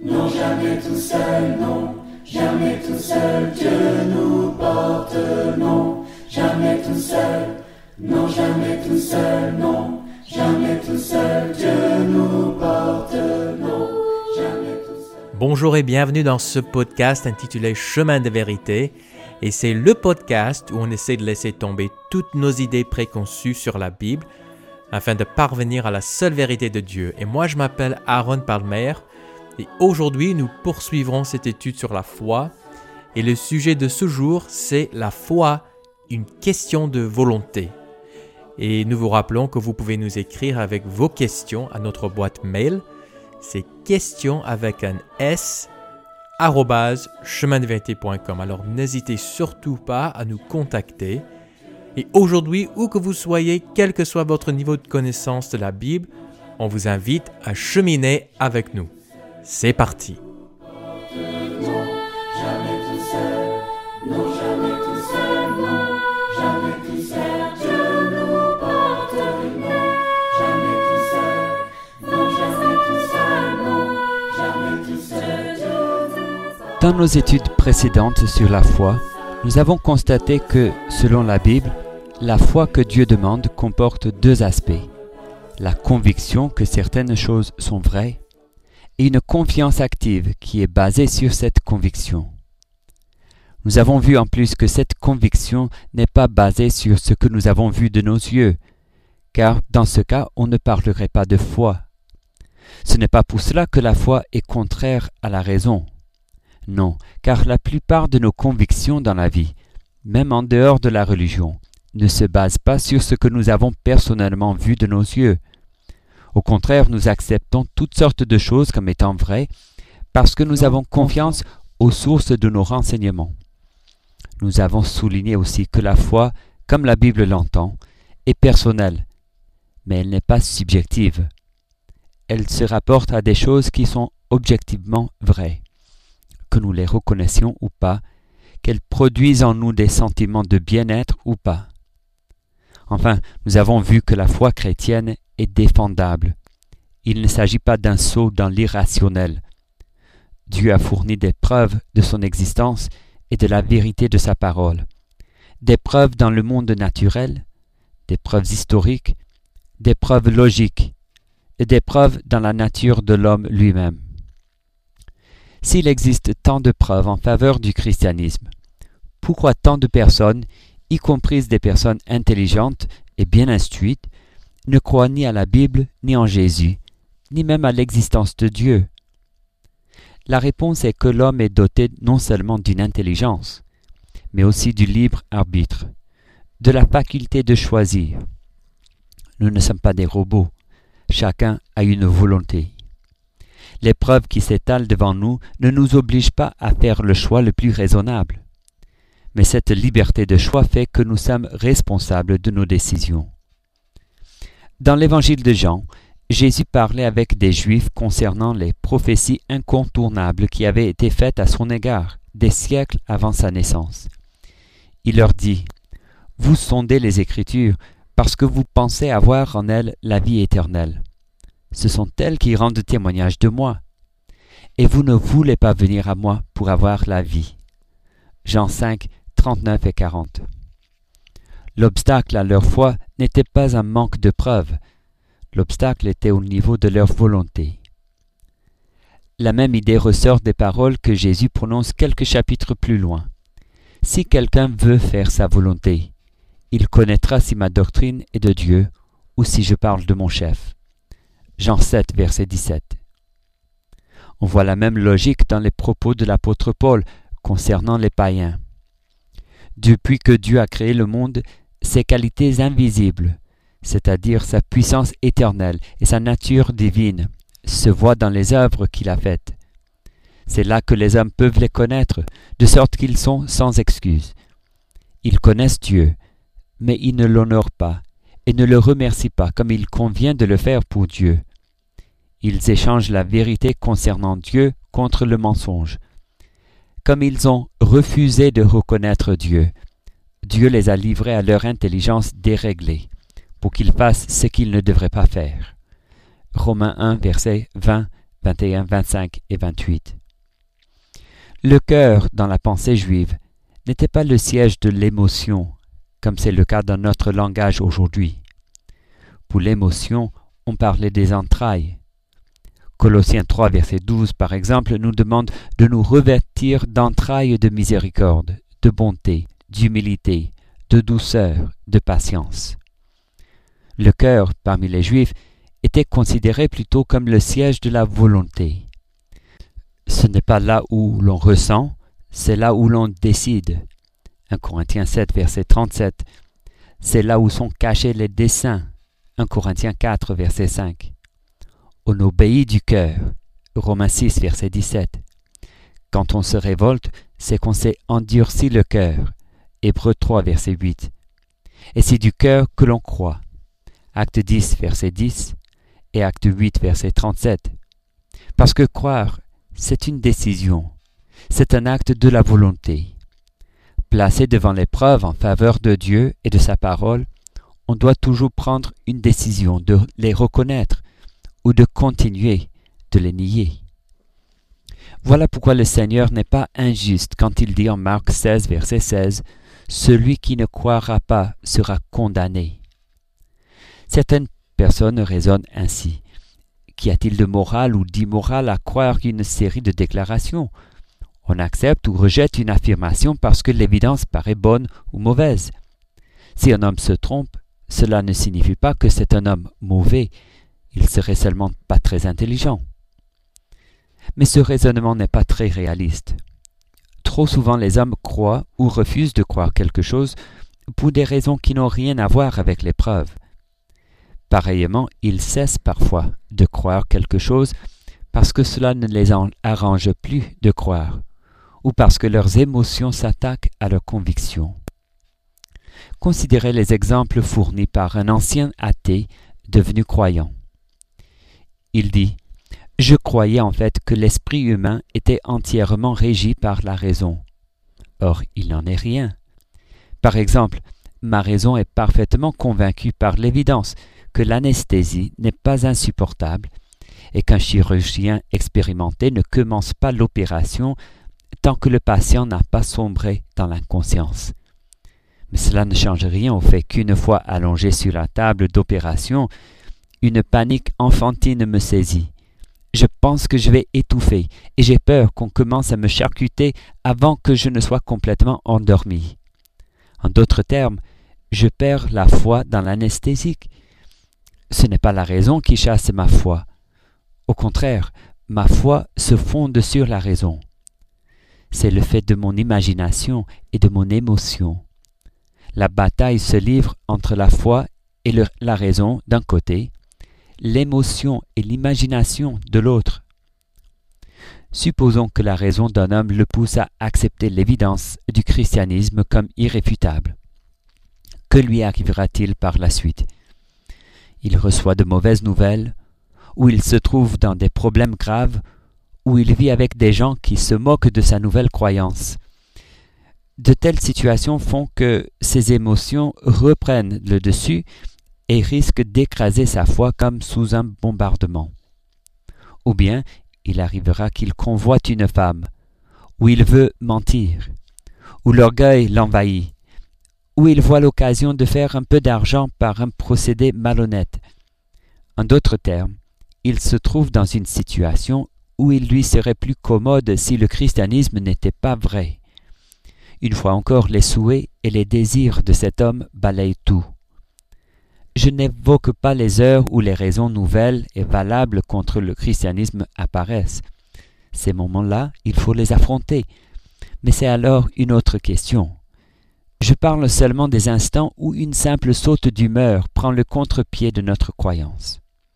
Non, jamais tout seul, non, jamais tout seul, Dieu nous porte, non, jamais tout seul, non, jamais tout seul, non, jamais tout seul, Dieu nous porte, non, jamais tout seul. Bonjour et bienvenue dans ce podcast intitulé Chemin de vérité. Et c'est le podcast où on essaie de laisser tomber toutes nos idées préconçues sur la Bible afin de parvenir à la seule vérité de Dieu. Et moi, je m'appelle Aaron Palmer et aujourd'hui, nous poursuivrons cette étude sur la foi. Et le sujet de ce jour, c'est la foi, une question de volonté. Et nous vous rappelons que vous pouvez nous écrire avec vos questions à notre boîte mail. C'est questions avec un S @chemindevérité.com. Alors n'hésitez surtout pas à nous contacter. Et aujourd'hui, où que vous soyez, quel que soit votre niveau de connaissance de la Bible, on vous invite à cheminer avec nous. C'est parti. Dans nos études précédentes sur la foi, nous avons constaté que, selon la Bible, la foi que Dieu demande comporte deux aspects. La conviction que certaines choses sont vraies et une confiance active qui est basée sur cette conviction. Nous avons vu en plus que cette conviction n'est pas basée sur ce que nous avons vu de nos yeux, car dans ce cas, on ne parlerait pas de foi. Ce n'est pas pour cela que la foi est contraire à la raison. Non, car la plupart de nos convictions dans la vie, même en dehors de la religion, ne se basent pas sur ce que nous avons personnellement vu de nos yeux. Au contraire, nous acceptons toutes sortes de choses comme étant vraies parce que nous avons confiance aux sources de nos renseignements. Nous avons souligné aussi que la foi, comme la Bible l'entend, est personnelle, mais elle n'est pas subjective. Elle se rapporte à des choses qui sont objectivement vraies. Que nous les reconnaissions ou pas, qu'elles produisent en nous des sentiments de bien-être ou pas. Enfin, nous avons vu que la foi chrétienne est défendable. Il ne s'agit pas d'un saut dans l'irrationnel. Dieu a fourni des preuves de son existence et de la vérité de sa parole. Des preuves dans le monde naturel, des preuves historiques, des preuves logiques et des preuves dans la nature de l'homme lui-même. S'il existe tant de preuves en faveur du christianisme, pourquoi tant de personnes, y compris des personnes intelligentes et bien instruites, ne croient ni à la Bible, ni en Jésus, ni même à l'existence de Dieu? La réponse est que l'homme est doté non seulement d'une intelligence, mais aussi du libre arbitre, de la faculté de choisir. Nous ne sommes pas des robots, chacun a une volonté. Les preuves qui s'étalent devant nous ne nous obligent pas à faire le choix le plus raisonnable. Mais cette liberté de choix fait que nous sommes responsables de nos décisions. Dans l'évangile de Jean, Jésus parlait avec des Juifs concernant les prophéties incontournables qui avaient été faites à son égard des siècles avant sa naissance. Il leur dit « Vous sondez les Écritures parce que vous pensez avoir en elles la vie éternelle. Ce sont elles qui rendent témoignage de moi. Et vous ne voulez pas venir à moi pour avoir la vie. » Jean 5, 39 et 40. L'obstacle à leur foi n'était pas un manque de preuves. L'obstacle était au niveau de leur volonté. La même idée ressort des paroles que Jésus prononce quelques chapitres plus loin. « Si quelqu'un veut faire sa volonté, il connaîtra si ma doctrine est de Dieu ou si je parle de mon chef. » Jean 7, verset 17. On voit la même logique dans les propos de l'apôtre Paul concernant les païens. Depuis que Dieu a créé le monde, ses qualités invisibles, c'est-à-dire sa puissance éternelle et sa nature divine, se voient dans les œuvres qu'il a faites. C'est là que les hommes peuvent les connaître, de sorte qu'ils sont sans excuse. Ils connaissent Dieu, mais ils ne l'honorent pas et ne le remercient pas comme il convient de le faire pour Dieu. Ils échangent la vérité concernant Dieu contre le mensonge. Comme ils ont refusé de reconnaître Dieu, Dieu les a livrés à leur intelligence déréglée, pour qu'ils fassent ce qu'ils ne devraient pas faire. Romains 1, versets 20 21, 25 et 28. Le cœur, dans la pensée juive, n'était pas le siège de l'émotion, comme c'est le cas dans notre langage aujourd'hui. Pour l'émotion, on parlait des entrailles. Colossiens 3, verset 12, par exemple, nous demande de nous revêtir d'entrailles de miséricorde, de bonté, d'humilité, de douceur, de patience. Le cœur, parmi les Juifs, était considéré plutôt comme le siège de la volonté. Ce n'est pas là où l'on ressent, c'est là où l'on décide. 1 Corinthiens 7, verset 37. C'est là où sont cachés les desseins. 1 Corinthiens 4, verset 5. On obéit du cœur. Romains 6, verset 17. Quand on se révolte, c'est qu'on s'est endurci le cœur. Hébreux 3, verset 8. Et c'est du cœur que l'on croit. Acte 10, verset 10 et Acte 8, verset 37. Parce que croire, c'est une décision. C'est un acte de la volonté. Placé devant l'épreuve en faveur de Dieu et de sa parole, on doit toujours prendre une décision de les reconnaître ou de continuer de les nier. Voilà pourquoi le Seigneur n'est pas injuste quand il dit en Marc 16, verset 16, « Celui qui ne croira pas sera condamné ». Certaines personnes raisonnent ainsi. Qu'y a-t-il de moral ou d'immoral à croire une série de déclarations ? On accepte ou rejette une affirmation parce que l'évidence paraît bonne ou mauvaise. Si un homme se trompe, cela ne signifie pas que c'est un homme mauvais, il serait seulement pas très intelligent. Mais ce raisonnement n'est pas très réaliste. Trop souvent les hommes croient ou refusent de croire quelque chose pour des raisons qui n'ont rien à voir avec l'épreuve. Pareillement, ils cessent parfois de croire quelque chose parce que cela ne les arrange plus de croire, ou parce que leurs émotions s'attaquent à leurs convictions. Considérez les exemples fournis par un ancien athée devenu croyant. Il dit « Je croyais en fait que l'esprit humain était entièrement régi par la raison. Or, il n'en est rien. Par exemple, ma raison est parfaitement convaincue par l'évidence que l'anesthésie n'est pas insupportable et qu'un chirurgien expérimenté ne commence pas l'opération tant que le patient n'a pas sombré dans l'inconscience. Mais cela ne change rien au fait qu'une fois allongé sur la table d'opération, une panique enfantine me saisit. Je pense que je vais étouffer et j'ai peur qu'on commence à me charcuter avant que je ne sois complètement endormi. En d'autres termes, je perds la foi dans l'anesthésique. Ce n'est pas la raison qui chasse ma foi. Au contraire, ma foi se fonde sur la raison. C'est le fait de mon imagination et de mon émotion. La bataille se livre entre la foi et la raison d'un côté, l'émotion et l'imagination de l'autre. Supposons que la raison d'un homme le pousse à accepter l'évidence du christianisme comme irréfutable. Que lui arrivera-t-il par la suite ? Il reçoit de mauvaises nouvelles, ou il se trouve dans des problèmes graves, ou il vit avec des gens qui se moquent de sa nouvelle croyance. De telles situations font que ses émotions reprennent le dessus et risquent d'écraser sa foi comme sous un bombardement. Ou bien, il arrivera qu'il convoite une femme, ou il veut mentir, ou l'orgueil l'envahit, ou il voit l'occasion de faire un peu d'argent par un procédé malhonnête. En d'autres termes, il se trouve dans une situation où il lui serait plus commode si le christianisme n'était pas vrai. Une fois encore, les souhaits et les désirs de cet homme balayent tout. Je n'évoque pas les heures où les raisons nouvelles et valables contre le christianisme apparaissent. Ces moments-là, il faut les affronter. Mais c'est alors une autre question. Je parle seulement des instants où une simple saute d'humeur prend le contre-pied de notre croyance.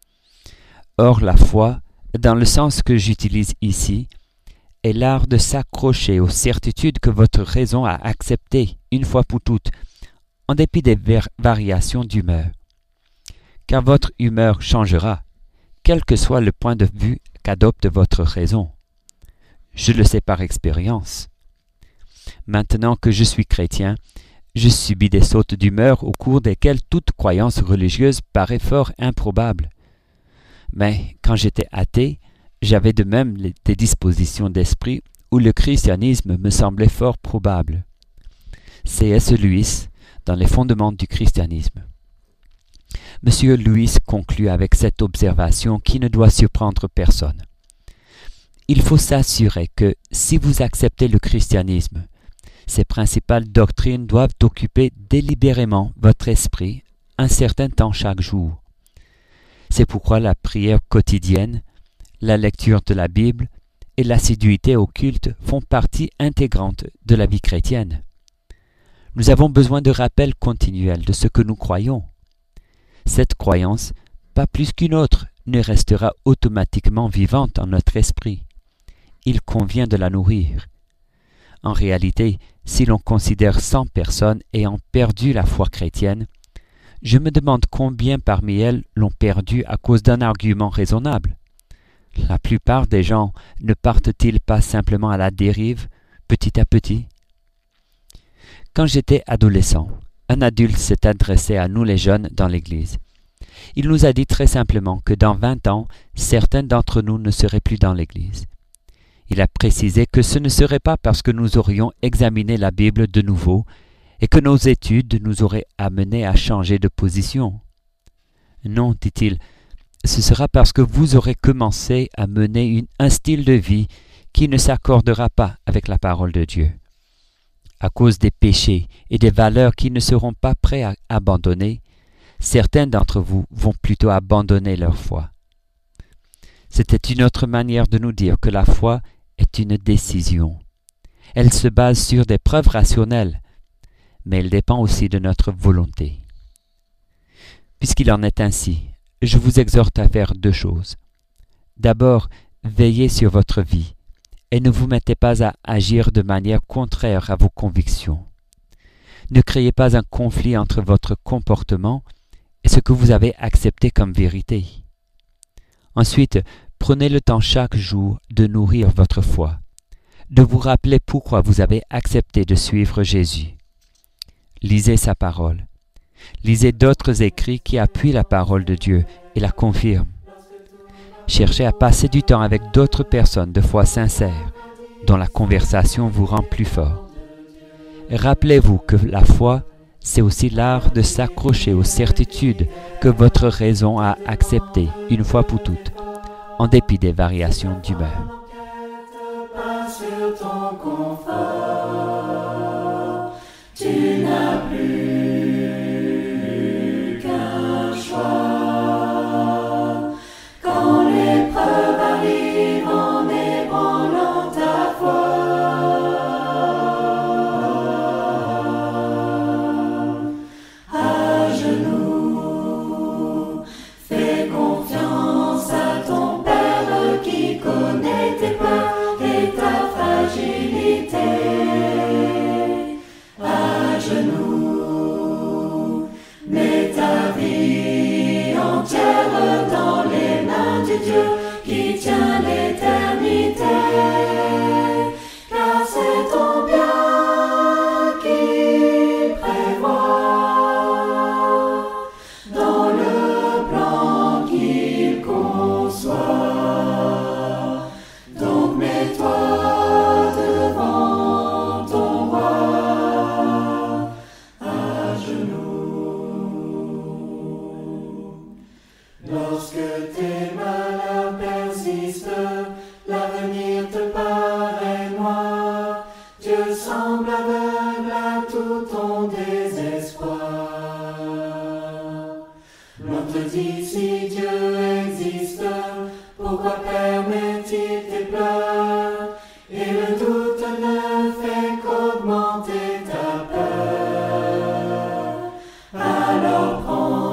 Or, la foi, dans le sens que j'utilise ici, est l'art de s'accrocher aux certitudes que votre raison a acceptées une fois pour toutes, en dépit des variations d'humeur. Car votre humeur changera, quel que soit le point de vue qu'adopte votre raison. Je le sais par expérience. Maintenant que je suis chrétien, je subis des sautes d'humeur au cours desquelles toute croyance religieuse paraît fort improbable. Mais quand j'étais athée, j'avais de même des dispositions d'esprit où le christianisme me semblait fort probable. C.S. Lewis, dans les fondements du christianisme. M. Lewis conclut avec cette observation qui ne doit surprendre personne. Il faut s'assurer que, si vous acceptez le christianisme, ses principales doctrines doivent occuper délibérément votre esprit un certain temps chaque jour. C'est pourquoi la prière quotidienne, la lecture de la Bible et l'assiduité au culte font partie intégrante de la vie chrétienne. Nous avons besoin de rappels continuels de ce que nous croyons. Cette croyance, pas plus qu'une autre, ne restera automatiquement vivante en notre esprit. Il convient de la nourrir. En réalité, si l'on considère 100 personnes ayant perdu la foi chrétienne, je me demande combien parmi elles l'ont perdue à cause d'un argument raisonnable. La plupart des gens ne partent-ils pas simplement à la dérive, petit à petit? Quand j'étais adolescent, un adulte s'est adressé à nous les jeunes dans l'Église. Il nous a dit très simplement que dans 20 ans, certains d'entre nous ne seraient plus dans l'Église. Il a précisé que ce ne serait pas parce que nous aurions examiné la Bible de nouveau et que nos études nous auraient amenés à changer de position. Non, dit-il, ce sera parce que vous aurez commencé à mener un style de vie qui ne s'accordera pas avec la parole de Dieu. À cause des péchés et des valeurs qui ne seront pas prêts à abandonner, certains d'entre vous vont plutôt abandonner leur foi. C'était une autre manière de nous dire que la foi est une décision. Elle se base sur des preuves rationnelles, mais elle dépend aussi de notre volonté. Puisqu'il en est ainsi, je vous exhorte à faire 2 choses. D'abord, veillez sur votre vie et ne vous mettez pas à agir de manière contraire à vos convictions. Ne créez pas un conflit entre votre comportement et ce que vous avez accepté comme vérité. Ensuite, prenez le temps chaque jour de nourrir votre foi, de vous rappeler pourquoi vous avez accepté de suivre Jésus. Lisez sa parole. Lisez d'autres écrits qui appuient la parole de Dieu et la confirment. Cherchez à passer du temps avec d'autres personnes de foi sincère, dont la conversation vous rend plus fort. Rappelez-vous que la foi, c'est aussi l'art de s'accrocher aux certitudes que votre raison a acceptées une fois pour toutes, en dépit des variations d'humeur. Tu n'as plus qu'un choix. Quand l'épreuve arrive en ébranlant ta foi, à genoux, fais confiance à ton Père qui connaît tes peurs et ta fragilité. À genoux, mets ta vie entière dans les mains du Dieu qui tient l'éternité, car c'est ton bien qu'il prévoit dans le plan qu'il conçoit. Donc mets-toi devant ton roi. Lorsque tes malheurs persistent, l'avenir te paraît noir, Dieu semble aveugle à tout ton désespoir. L'on te dit si Dieu existe, pourquoi permet-il tes pleurs? Et le doute ne fait qu'augmenter ta peur. Alors prends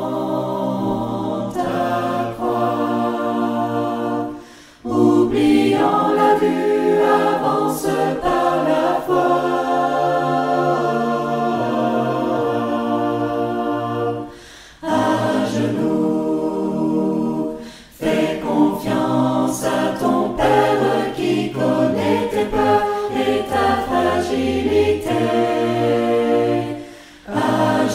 oubliant la vue, avance par la foi. À genoux, fais confiance à ton Père qui connaît tes peurs et ta fragilité. À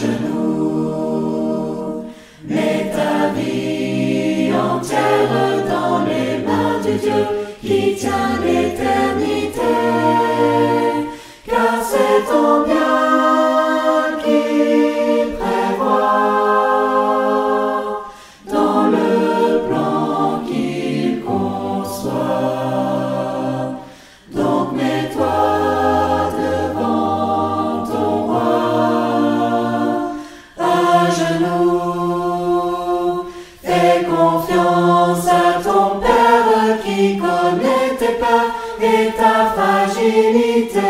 genoux, mets ta vie entière dans les mains du de Dieu qui tient l'éternité, car c'est ton bien qu'il prévoit dans le plan qu'il conçoit. Donc mets-toi devant ton roi, à genoux, fais confiance à ton Père qui connaît tes pas et ta fragilité.